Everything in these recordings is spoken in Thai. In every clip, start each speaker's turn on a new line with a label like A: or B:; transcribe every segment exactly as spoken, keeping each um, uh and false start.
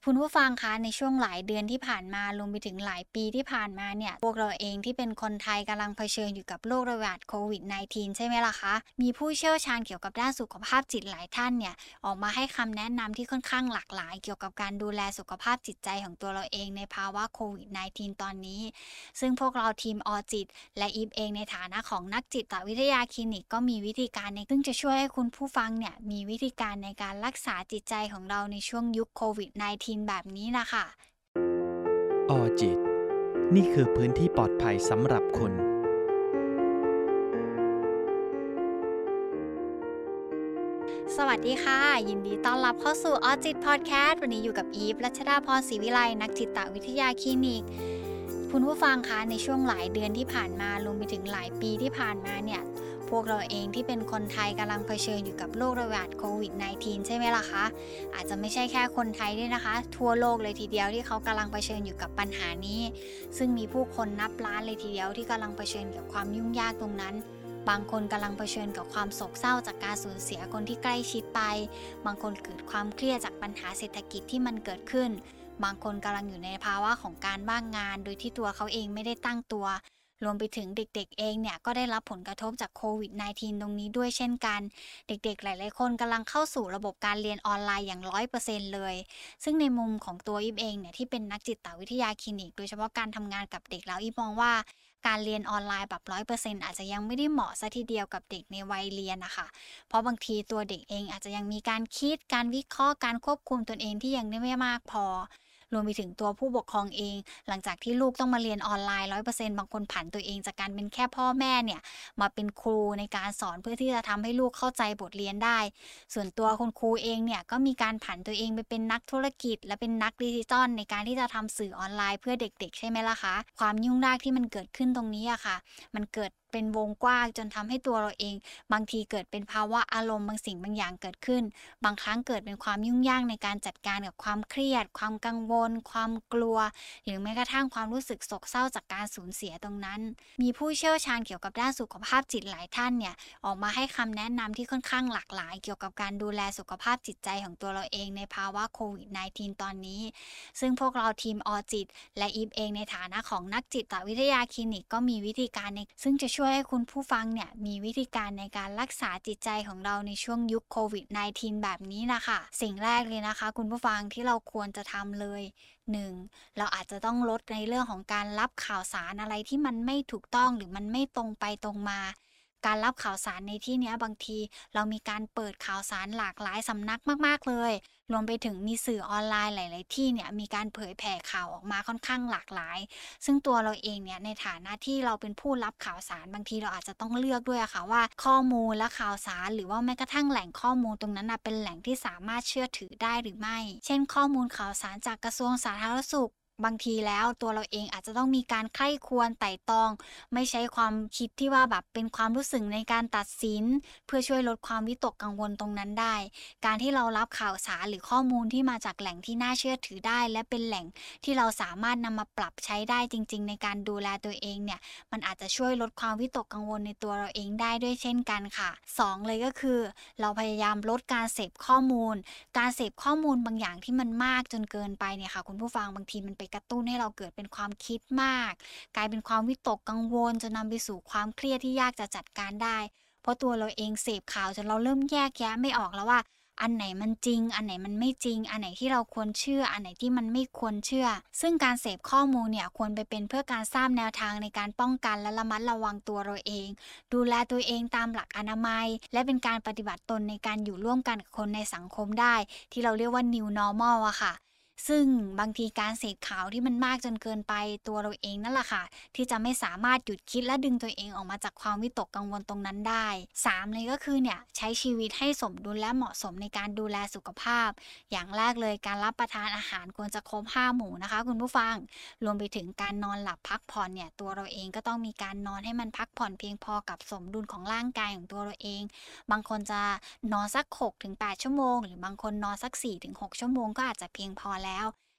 A: คุณผู้ฟังคะในช่วงหลายเดือนที่ผ่านมารวมไปถึงหลายปีที่ผ่านมาเนี่ยพวกเราเองที่เป็นคนไทยกำลังเผชิญอยู่กับโรคระบาดโควิด สิบเก้า ใช่ไหมล่ะคะมีผู้เชี่ยวชาญเกี่ยวกับด้านสุขภาพจิตหลายท่านเนี่ยออกมาให้คำแนะนำที่ค่อนข้างหลากหลายเกี่ยวกับการดูแลสุขภาพจิตใจของตัวเราเองในภาวะโควิด สิบเก้า ตอนนี้ซึ่งพวกเราทีมออจิตและอีฟเองในฐานะของนักจิตวิทยาคลินิกก็มีวิธีการในซึ่งจะช่วยให้คุณผู้ฟังเนี่ยมีวิธีการในการรักษาจิตใจของเราในช่วงยุคโควิด สิบเก้า แบบนี้นะคะ
B: ออจิตนี่คือพื้นที่ปลอดภัยสำหรับคุณ
A: สวัสดีค่ะยินดีต้อนรับเข้าสู่ออจิตพอดแคสต์วันนี้อยู่กับอีฟรัชดาพรศรีวิไลนักจิตวิทยาคลินิกคุณผู้ฟังคะในช่วงหลายเดือนที่ผ่านมารวมไปถึงหลายปีที่ผ่านมาเนี่ยพวกเราเองที่เป็นคนไทยกำลังเผชิญอยู่กับโรคระบาดโควิด สิบเก้า ใช่ไหมล่ะคะอาจจะไม่ใช่แค่คนไทยด้วยนะคะทั่วโลกเลยทีเดียวที่เขากำลังเผชิญอยู่กับปัญหานี้ซึ่งมีผู้คนนับล้านเลยทีเดียวที่กำลังเผชิญกับความยุ่งยากตรงนั้นบางคนกำลังเผชิญกับความโศกเศร้าจากการสูญเสียคนที่ใกล้ชิดไปบางคนเกิดความเครียดจากปัญหาเศรษฐกิจที่มันเกิดขึ้นบางคนกำลังอยู่ในภาวะของการว่างงานโดยที่ตัวเขาเองไม่ได้ตั้งตัวรวมไปถึงเด็กๆเองเนี่ยก็ได้รับผลกระทบจากโควิด สิบเก้า ตรงนี้ด้วยเช่นกันเด็กๆหลายๆคนกำลังเข้าสู่ระบบการเรียนออนไลน์อย่าง ร้อยเปอร์เซ็นต์ เลยซึ่งในมุมของตัวอีฟเองเนี่ยที่เป็นนักจิตวิทยาคลินิกโดยเฉพาะการทำงานกับเด็กแล้วอีฟมองว่าการเรียนออนไลน์แบบ ร้อยเปอร์เซ็นต์ อาจจะยังไม่ได้เหมาะซะทีเดียวกับเด็กในวัยเรียนน่ะค่ะเพราะบางทีตัวเด็กเองอาจจะยังมีการคิดการวิเคราะห์การควบคุมตนเองที่ยังได้ไม่มากพอรวมไปถึงตัวผู้ปกครองเองหลังจากที่ลูกต้องมาเรียนออนไลน์ ร้อยเปอร์เซ็นต์ บางคนผันตัวเองจากการเป็นแค่พ่อแม่เนี่ยมาเป็นครูในการสอนเพื่อที่จะทำให้ลูกเข้าใจบทเรียนได้ส่วนตัวคุณครูเองเนี่ยก็มีการผันตัวเองไปเป็นนักธุรกิจและเป็นนักดิจิทัลในการที่จะทำสื่อออนไลน์เพื่อเด็กๆใช่ไหมล่ะคะความยุ่งยากที่มันเกิดขึ้นตรงนี้อะค่ะมันเกิดเป็นวงกว้างจนทำให้ตัวเราเองบางทีเกิดเป็นภาวะอารมณ์บางสิ่งบางอย่างเกิดขึ้นบางครั้งเกิดเป็นความยุ่งยากในการจัดการกับความเครียดความกังวลความกลัวหรือแม้กระทั่งความรู้สึกโศกเศร้าจากการสูญเสียตรงนั้นมีผู้เชี่ยวชาญเกี่ยวกับด้านสุขภาพจิตหลายท่านเนี่ยออกมาให้คำแนะนำที่ค่อนข้างหลากหลายเกี่ยวกับการดูแลสุขภาพจิตใจของตัวเราเองในภาวะโควิด สิบเก้า ตอนนี้ซึ่งพวกเราทีมออจิตและอีฟเองในฐานะของนักจิตวิทยาคลินิกก็มีวิธีการในซึ่งจะช่วยให้คุณผู้ฟังเนี่ยมีวิธีการในการรักษาจิตใจของเราในช่วงยุคโควิด สิบเก้า แบบนี้นะคะสิ่งแรกเลยนะคะคุณผู้ฟังที่เราควรจะทำเลย หนึ่ง เราอาจจะต้องลดในเรื่องของการรับข่าวสารอะไรที่มันไม่ถูกต้องหรือมันไม่ตรงไปตรงมาการรับข่าวสารในที่นี้บางทีเรามีการเปิดข่าวสารหลากหลายสำนักมากๆเลยรวมไปถึงมีสื่อออนไลน์หลายๆที่เนี่ยมีการเผยแผ่ข่าวออกมาค่อนข้างหลากหลายซึ่งตัวเราเองเนี่ยในฐานะที่เราเป็นผู้รับข่าวสารบางทีเราอาจจะต้องเลือกด้วยอะค่ะว่าข้อมูลและข่าวสารหรือว่าแม้กระทั่งแหล่งข้อมูลตรงนั้นนะเป็นแหล่งที่สามารถเชื่อถือได้หรือไม่เช่นข้อมูลข่าวสารจากกระทรวงสาธารณสุขบางทีแล้วตัวเราเองอาจจะต้องมีการใคร่ครวญไตร่ตรองไม่ใช้ความคิดที่ว่าแบบเป็นความรู้สึกในการตัดสินเพื่อช่วยลดความวิตกกังวลตรงนั้นได้การที่เรารับข่าวสารหรือข้อมูลที่มาจากแหล่งที่น่าเชื่อถือได้และเป็นแหล่งที่เราสามารถนำมาปรับใช้ได้จริงๆในการดูแลตัวเองเนี่ยมันอาจจะช่วยลดความวิตกกังวลในตัวเราเองได้ด้วยเช่นกันค่ะสองเลยก็คือเราพยายามลดการเสพข้อมูลการเสพข้อมูลบางอย่างที่มันมากจนเกินไปเนี่ยค่ะคุณผู้ฟังบางทีมันไปกระตุ้นให้เราเกิดเป็นความคิดมากกลายเป็นความวิตกกังวลจนนำไปสู่ความเครียดที่ยากจะจัดการได้เพราะตัวเราเองเสพข่าวจนเราเริ่มแยกแยะไม่ออกแล้วว่าอันไหนมันจริงอันไหนมันไม่จริงอันไหนที่เราควรเชื่ออันไหนที่มันไม่ควรเชื่อซึ่งการเสพข้อมูลเนี่ยควรไปเป็นเพื่อการสร้างแนวทางในการป้องกันและระมัดระวังตัวเราเองดูแลตัวเองตามหลักอนามัยและเป็นการปฏิบัติตนในการอยู่ร่วมกันกับคนในสังคมได้ที่เราเรียกว่า นิว นอร์มัล อะค่ะ ซึ่งบางทีการเสพข่าวที่มันมากจนเกินไปตัวเราเองนั่นแหละค่ะที่จะไม่สามารถหยุดคิดและดึงตัวเองออกมาจากความวิตกกังวลตรงนั้นได้สามเลยก็คือเนี่ยใช้ชีวิตให้สมดุลและเหมาะสมในการดูแลสุขภาพอย่างแรกเลยการรับประทานอาหารควรจะครบห้าหมู่นะคะคุณผู้ฟังรวมไปถึงการนอนหลับพักผ่อนเนี่ยตัวเราเองก็ต้องมีการนอนให้มันพักผ่อนเพียงพอกับสมดุลของร่างกายของตัวเราเองบางคนจะนอนสักหกถึงแปดชั่วโมงหรือบางคนนอนสักสี่ถึงหกชั่วโมงก็อาจจะเพียงพอแล้ว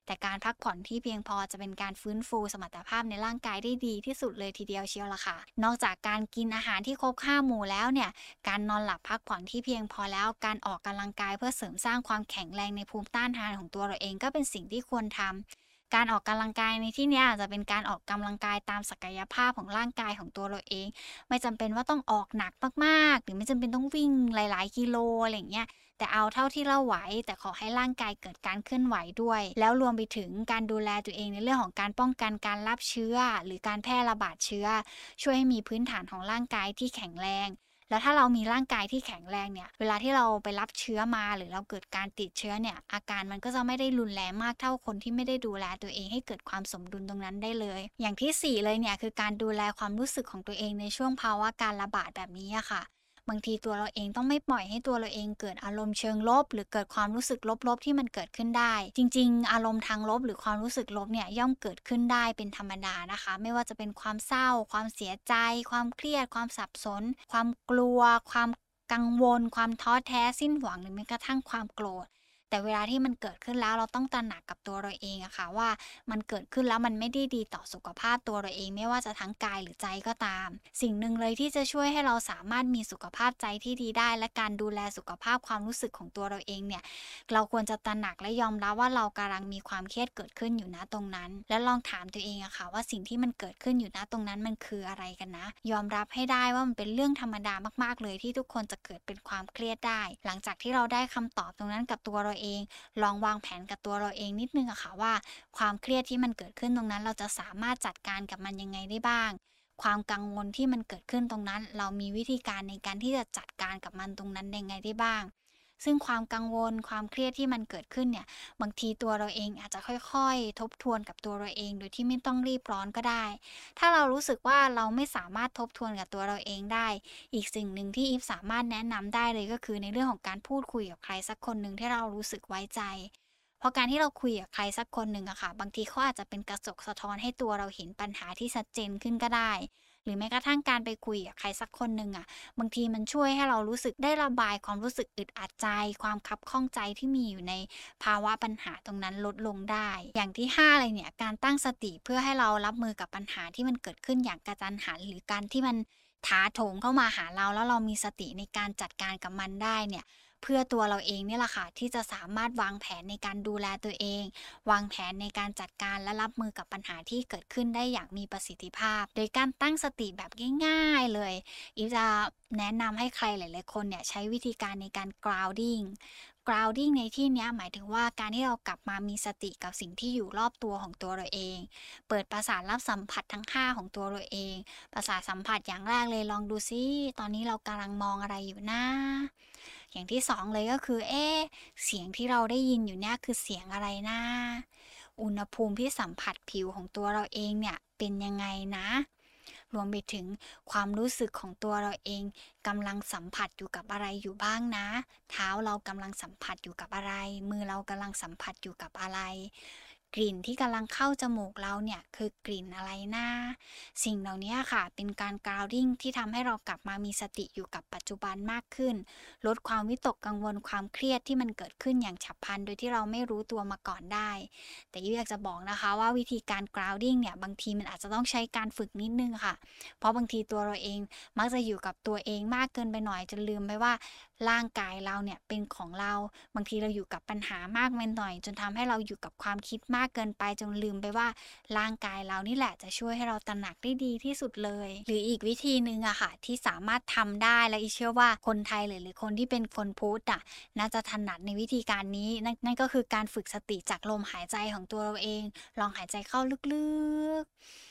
A: แต่การพักผ่อนที่เพียงพอจะเป็นการฟื้นฟูสมรรถภาพในร่างกายได้ดีที่สุดเลยทีเดียวเชียวล่ะค่ะนอกจากการกินอาหารที่ครบห้าหมู่แล้วเนี่ยการนอนหลับพักผ่อนที่เพียงพอแล้วการออกกำลังกายเพื่อเสริมสร้างความแข็งแรงในภูมิต้านทานของตัวเราเองก็เป็นสิ่งที่ควรทำการออกกำลังกายในที่นี้อาจจะเป็นการออกกำลังกายตามศักยภาพของร่างกายของตัวเราเองไม่จำเป็นว่าต้องออกหนักมากๆหรือไม่จำเป็นต้องวิ่งหลายๆกิโลอะไรอย่างเงี้ยแต่เอาเท่าที่เราไหวแต่ขอให้ร่างกายเกิดการเคลื่อนไหวด้วยแล้วรวมไปถึงการดูแลตัวเองในเรื่องของการป้องกันการรับเชื้อหรือการแพร่ระบาดเชื้อช่วยให้มีพื้นฐานของร่างกายที่แข็งแรงแล้วถ้าเรามีร่างกายที่แข็งแรงเนี่ยเวลาที่เราไปรับเชื้อมาหรือเราเกิดการติดเชื้อเนี่ยอาการมันก็จะไม่ได้รุนแรงมากเท่าคนที่ไม่ได้ดูแลตัวเองให้เกิดความสมดุลตรงนั้นได้เลยอย่างที่สี่เลยเนี่ยคือการดูแลความรู้สึกของตัวเองในช่วงภาวะการระบาดแบบนี้อะค่ะบางทีตัวเราเองต้องไม่ปล่อยให้ตัวเราเองเกิดอารมณ์เชิงลบหรือเกิดความรู้สึกลบๆที่มันเกิดขึ้นได้จริงๆอารมณ์ทางลบหรือความรู้สึกลบเนี่ยย่อมเกิดขึ้นได้เป็นธรรมดานะคะไม่ว่าจะเป็นความเศร้าความเสียใจความเครียดความสับสนความกลัวความกังวลความท้อแท้สิ้นหวังหรือแม้กระทั่งความโกรธแต่เวลาที่มันเกิดขึ้นแล้วเราต้องตระหนักกับตัวเราเองอะค่ะว่ามันเกิดขึ้นแล้วมันไม่ได้ดีต่อสุขภาพตัวเราเองไม่ว่าจะทั้งกายหรือใจก็ตามสิ่งหนึ่งเลยที่จะช่วยให้เราสามารถมีสุขภาพใจที่ดีได้และการดูแลสุขภาพความรู้สึกของตัวเราเองเนี่ยเราควรจะตระหนักและยอมรับว่าเรากำลังมีความเครียดเกิดขึ้นอยู่ณตรงนั้นและลองถามตัวเองอะค่ะว่าสิ่งที่มันเกิดขึ้นอยู่ณตรงนั้นมันคืออะไรกันนะยอมรับให้ได้ว่ามันเป็นเรื่องธรรมดามากๆเลยที่ทุกคนจะเกิดเป็นความเครียดได้หลังจากที่เราได้คำตอบตรงนั้นกับตัวเราเองลองวางแผนกับตัวเราเองนิดนึงอะค่ะว่าความเครียดที่มันเกิดขึ้นตรงนั้นเราจะสามารถจัดการกับมันยังไงได้บ้างความกังวลที่มันเกิดขึ้นตรงนั้นเรามีวิธีการในการที่จะจัดการกับมันตรงนั้นยังไงได้บ้างซึ่งความกังวลความเครียดที่มันเกิดขึ้นเนี่ยบางทีตัวเราเองอาจจะค่อยๆทบทวนกับตัวเราเองโดยที่ไม่ต้องรีบร้อนก็ได้ถ้าเรารู้สึกว่าเราไม่สามารถทบทวนกับตัวเราเองได้อีกสิ่งหนึ่งที่อีฟสามารถแนะนำได้เลยก็คือในเรื่องของการพูดคุยกับใครสักคนหนึ่งที่เรารู้สึกไว้ใจเพราะการที่เราคุยกับใครสักคนหนึ่งอะค่ะบางทีเขาอาจจะเป็นกระจกสะท้อนให้ตัวเราเห็นปัญหาที่ชัดเจนขึ้นก็ได้หรือแม้กระทั่งการไปคุยกับใครสักคนหนึ่งอะบางทีมันช่วยให้เรารู้สึกได้ระบายความรู้สึกอึดอัดใจความคับข้องใจที่มีอยู่ในภาวะปัญหาตรงนั้นลดลงได้อย่างที่ห้าเลยเนี่ยการตั้งสติเพื่อให้เรารับมือกับปัญหาที่มันเกิดขึ้นอย่างกระทันหันหรือการที่มันถาโถมเข้ามาหาเราแล้วเรามีสติในการจัดการกับมันได้เนี่ยเพื่อตัวเราเองเนี่ยแหละค่ะที่จะสามารถวางแผนในการดูแลตัวเองวางแผนในการจัดการและรับมือกับปัญหาที่เกิดขึ้นได้อย่างมีประสิทธิภาพโดยการตั้งสติแบบง่ายๆเลยอีฟจะแนะนำให้ใครหลายๆคนเนี่ยใช้วิธีการในการ grounding grounding ในที่นี้หมายถึงว่าการที่เรากลับมามีสติกับสิ่งที่อยู่รอบตัวของตัวเราเองเปิดประสาทรับสัมผัสทั้งห้าของตัวเราเองประสาทสัมผัสอย่างแรกเลยลองดูซิตอนนี้เรากำลังมองอะไรอยู่นะอย่างที่สองเลยก็คือเอ๊ะเสียงที่เราได้ยินอยู่เนี่ยคือเสียงอะไรนะอุณหภูมิที่สัมผัสผิวของตัวเราเองเนี่ยเป็นยังไงนะรวมไปถึงความรู้สึกของตัวเราเองกำลังสัมผัสอยู่กับอะไรอยู่บ้างนะเท้าเรากำลังสัมผัสอยู่กับอะไรมือเรากำลังสัมผัสอยู่กับอะไรกลิ่นที่กำลังเข้าจมูกเราเนี่ยคือกลิ่นอะไรนะสิ่งเหล่านี้ค่ะเป็นการ grounding ที่ทำให้เรากลับมามีสติอยู่กับปัจจุบันมากขึ้นลดความวิตกกังวลความเครียดที่มันเกิดขึ้นอย่างฉับพลันโดยที่เราไม่รู้ตัวมาก่อนได้แต่ยูอยากจะบอกนะคะว่าวิธีการ grounding เนี่ยบางทีมันอาจจะต้องใช้การฝึกนิดนึงค่ะเพราะบางทีตัวเราเองมักจะอยู่กับตัวเองมากเกินไปหน่อยจนลืมไปว่าร่างกายเราเนี่ยเป็นของเราบางทีเราอยู่กับปัญหามากไปหน่อยจนทำให้เราอยู่กับความคิดมากเกินไปจนลืมไปว่าร่างกายเรานี่แหละจะช่วยให้เราตระหนักได้ดีที่สุดเลยหรืออีกวิธีนึงอะค่ะที่สามารถทำได้และอีเชื่อว่าคนไทยหรือคนที่เป็นคนพุทธอะน่าจะถนัดในวิธีการนี้นนั่นก็คือการฝึกสติจากลมหายใจของตัวเราเองลองหายใจเข้าลึก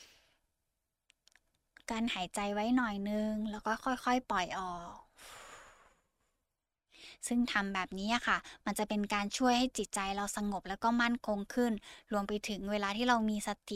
A: ๆการหายใจไว้หน่อยนึงแล้วก็ค่อยๆปล่อยออกซึ่งทำแบบนี้ค่ะมันจะเป็นการช่วยให้จิตใจเราสงบแล้วก็มั่นคงขึ้นรวมไปถึงเวลาที่เรามีสติ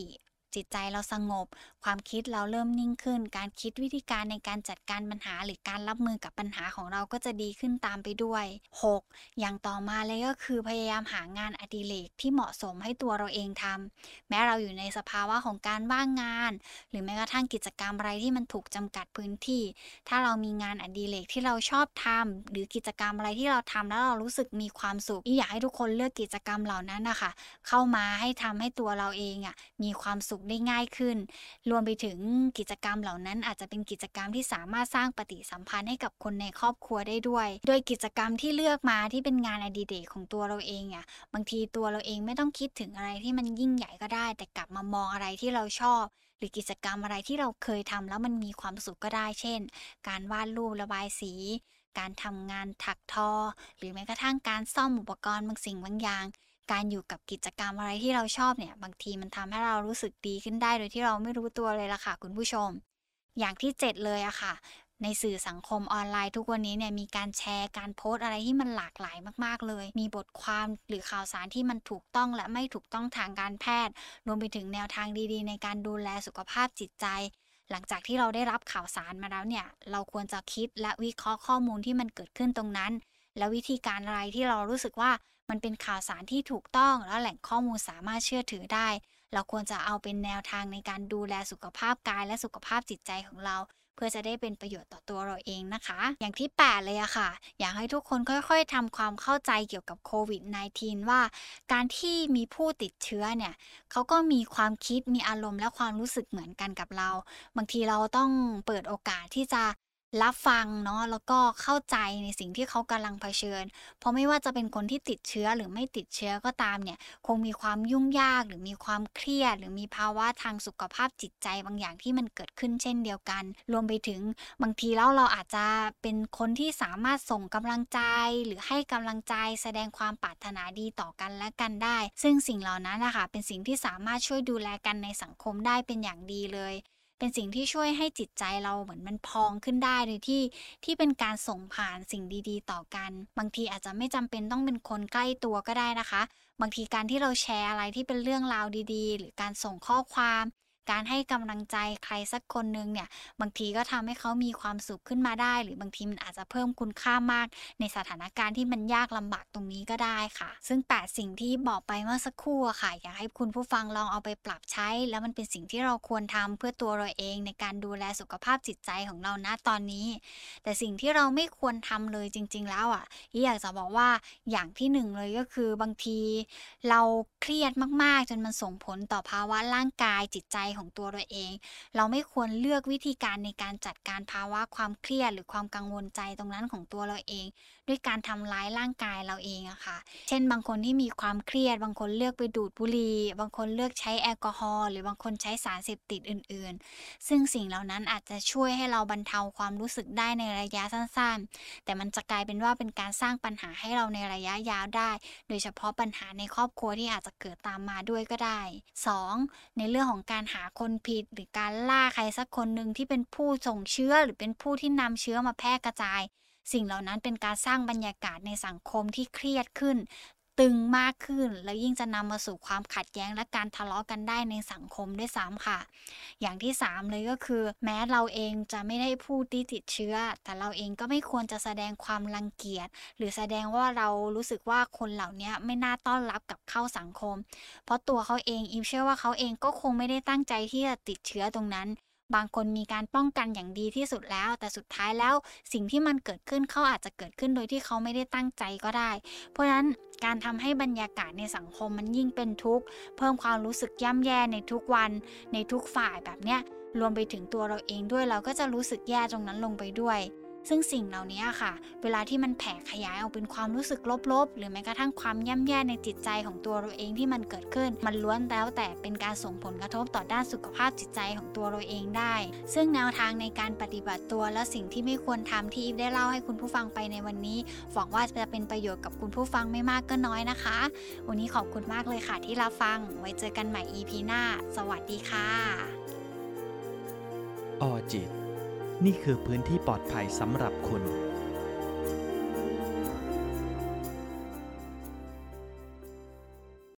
A: จิตใจเราสงบความคิดเราเริ่มนิ่งขึ้นการคิดวิธีการในการจัดการปัญหาหรือการรับมือกับปัญหาของเราก็จะดีขึ้นตามไปด้วยหกอย่างต่อมาเลยก็คือพยายามหางานอดิเรกที่เหมาะสมให้ตัวเราเองทำแม้เราอยู่ในสภาวะของการว่างงานหรือแม้กระทั่งกิจกรรมอะไรที่มันถูกจำกัดพื้นที่ถ้าเรามีงานอดิเรกที่เราชอบทำหรือกิจกรรมอะไรที่เราทำแล้วเรารู้สึกมีความสุขอยากให้ทุกคนเลือกกิจกรรมเหล่านั้นนะคะเข้ามาให้ทำให้ตัวเราเองอ่ะมีความสุขได้ง่ายขึ้นรวมไปถึงกิจกรรมเหล่านั้นอาจจะเป็นกิจกรรมที่สามารถสร้างปฏิสัมพันธ์ให้กับคนในครอบครัวได้ด้วยโดยกิจกรรมที่เลือกมาที่เป็นงานอดิเรกของตัวเราเองอ่ะบางทีตัวเราเองไม่ต้องคิดถึงอะไรที่มันยิ่งใหญ่ก็ได้แต่กลับมามองอะไรที่เราชอบหรือกิจกรรมอะไรที่เราเคยทำแล้วมันมีความสุขก็ได้เช่นการวาดรูประบายสีการทำงานถักทอหรือแม้กระทั่งการซ่อมอุปกรณ์บางสิ่งบางอย่างการอยู่กับกิจกรรมอะไรที่เราชอบเนี่ยบางทีมันทำให้เรารู้สึกดีขึ้นได้โดยที่เราไม่รู้ตัวเลยล่ะค่ะคุณผู้ชมอย่างที่เจ็ดเลยอะค่ะในสื่อสังคมออนไลน์ทุกวันนี้เนี่ยมีการแชร์การโพสต์อะไรที่มันหลากหลายมากๆเลยมีบทความหรือข่าวสารที่มันถูกต้องและไม่ถูกต้องทางการแพทย์รวมไปถึงแนวทางดีๆในการดูแลสุขภาพจิตใจหลังจากที่เราได้รับข่าวสารมาแล้วเนี่ยเราควรจะคิดและวิเคราะห์ข้อมูลที่มันเกิดขึ้นตรงนั้นแล้ววิธีการอะไรที่เรารู้สึกว่ามันเป็นข่าวสารที่ถูกต้องและแหล่งข้อมูลสามารถเชื่อถือได้เราควรจะเอาเป็นแนวทางในการดูแลสุขภาพกายและสุขภาพจิตใจของเราเพื่อจะได้เป็นประโยชน์ต่อตัวเราเองนะคะอย่างที่แปดเลยอะค่ะอยากให้ทุกคนค่อยๆทำความเข้าใจเกี่ยวกับโควิด สิบเก้า ว่าการที่มีผู้ติดเชื้อเนี่ยเขาก็มีความคิดมีอารมณ์และความรู้สึกเหมือนกันกับเราบางทีเราต้องเปิดโอกาสที่จะรับฟังเนาะแล้วก็เข้าใจในสิ่งที่เขากำลังเผชิญเพราะไม่ว่าจะเป็นคนที่ติดเชื้อหรือไม่ติดเชื้อก็ตามเนี่ยคงมีความยุ่งยากหรือมีความเครียดหรือมีภาวะทางสุขภาพจิตใจบางอย่างที่มันเกิดขึ้นเช่นเดียวกันรวมไปถึงบางทีแล้วเราอาจจะเป็นคนที่สามารถส่งกำลังใจหรือให้กำลังใจแสดงความปรารถนาดีต่อกันและกันได้ซึ่งสิ่งเหล่านั้นนะคะเป็นสิ่งที่สามารถช่วยดูแลกันในสังคมได้เป็นอย่างดีเลยเป็นสิ่งที่ช่วยให้จิตใจเราเหมือนมันพองขึ้นได้โดยที่ที่เป็นการส่งผ่านสิ่งดีๆต่อกันบางทีอาจจะไม่จำเป็นต้องเป็นคนใกล้ตัวก็ได้นะคะบางทีการที่เราแชร์อะไรที่เป็นเรื่องราวดีๆหรือการส่งข้อความการให้กำลังใจใครสักคนนึงเนี่ยบางทีก็ทำให้เขามีความสุขขึ้นมาได้หรือบางทีมันอาจจะเพิ่มคุณค่ามากในสถานการณ์ที่มันยากลำบากตรงนี้ก็ได้ค่ะซึ่งแปดสิ่งที่บอกไปเมื่อสักครู่อะค่ะอยากให้คุณผู้ฟังลองเอาไปปรับใช้แล้วมันเป็นสิ่งที่เราควรทำเพื่อตัวเราเองในการดูแลสุขภาพจิตใจของเราณตอนนี้แต่สิ่งที่เราไม่ควรทำเลยจริงๆแล้วอ่ะอยากจะบอกว่าอย่างที่หนึ่งเลยก็คือบางทีเราเครียดมากๆจนมันส่งผลต่อภาวะร่างกายจิตใจของตัวเราเองเราไม่ควรเลือกวิธีการในการจัดการภาวะความเครียดหรือความกังวลใจตรงนั้นของตัวเราเองด้วยการทำร้ายร่างกายเราเองอะค่ะเช่นบางคนที่มีความเครียดบางคนเลือกไปดูดบุหรี่บางคนเลือกใช้แอลกอฮอล์หรือบางคนใช้สารเสพติดอื่นๆซึ่งสิ่งเหล่านั้นอาจจะช่วยให้เราบรรเทาความรู้สึกได้ในระยะสั้นๆแต่มันจะกลายเป็นว่าเป็นการสร้างปัญหาให้เราในระยะยาวได้โดยเฉพาะปัญหาในครอบครัวที่อาจจะเกิดตามมาด้วยก็ได้สองในเรื่องของการหาคนผิดหรือการล่าใครสักคนหนึ่งที่เป็นผู้ส่งเชื้อหรือเป็นผู้ที่นำเชื้อมาแพร่กระจายสิ่งเหล่านั้นเป็นการสร้างบรรยากาศในสังคมที่เครียดขึ้นตึงมากขึ้นแล้วยิ่งจะนำมาสู่ความขัดแย้งและการทะเลาะกันได้ในสังคมด้วยซ้ำค่ะอย่างที่สามเลยก็คือแม้เราเองจะไม่ได้ผู้ที่ติดเชื้อแต่เราเองก็ไม่ควรจะแสดงความรังเกียจหรือแสดงว่าเรารู้สึกว่าคนเหล่านี้ไม่น่าต้อนรับกับเข้าสังคมเพราะตัวเขาเองอีฟเชื่อว่าเขาเองก็คงไม่ได้ตั้งใจที่จะติดเชื้อตรงนั้นบางคนมีการป้องกันอย่างดีที่สุดแล้วแต่สุดท้ายแล้วสิ่งที่มันเกิดขึ้นเขาอาจจะเกิดขึ้นโดยที่เขาไม่ได้ตั้งใจก็ได้เพราะฉะนั้นการทำให้บรรยากาศในสังคมมันยิ่งเป็นทุกข์เพิ่มความรู้สึกย่ำแย่ในทุกวันในทุกฝ่ายแบบเนี้ยรวมไปถึงตัวเราเองด้วยเราก็จะรู้สึกแย่ตรงนั้นลงไปด้วยซึ่งสิ่งเหล่านี้ค่ะเวลาที่มันแผ่ขยายออกเป็นความรู้สึกลบๆหรือแม้กระทั่งความย่ำแย่ในจิตใจของตัวเราเองที่มันเกิดขึ้นมันล้วนแล้วแต่เป็นการส่งผลกระทบต่อด้านสุขภาพจิตใจของตัวเราเองได้ซึ่งแนวทางในการปฏิบัติตัวและสิ่งที่ไม่ควรทำที่อีฟได้เล่าให้คุณผู้ฟังไปในวันนี้หวังว่าจะเป็นประโยชน์กับคุณผู้ฟังไม่มากก็น้อยนะคะวันนี้ขอบคุณมากเลยค่ะที่รับฟังไว้เจอกันใหม่ อี พี หน้าสวัสดีค่ะ
B: ออจิตนี่คือพื้นที่ปลอดภัยสำหรับคุณ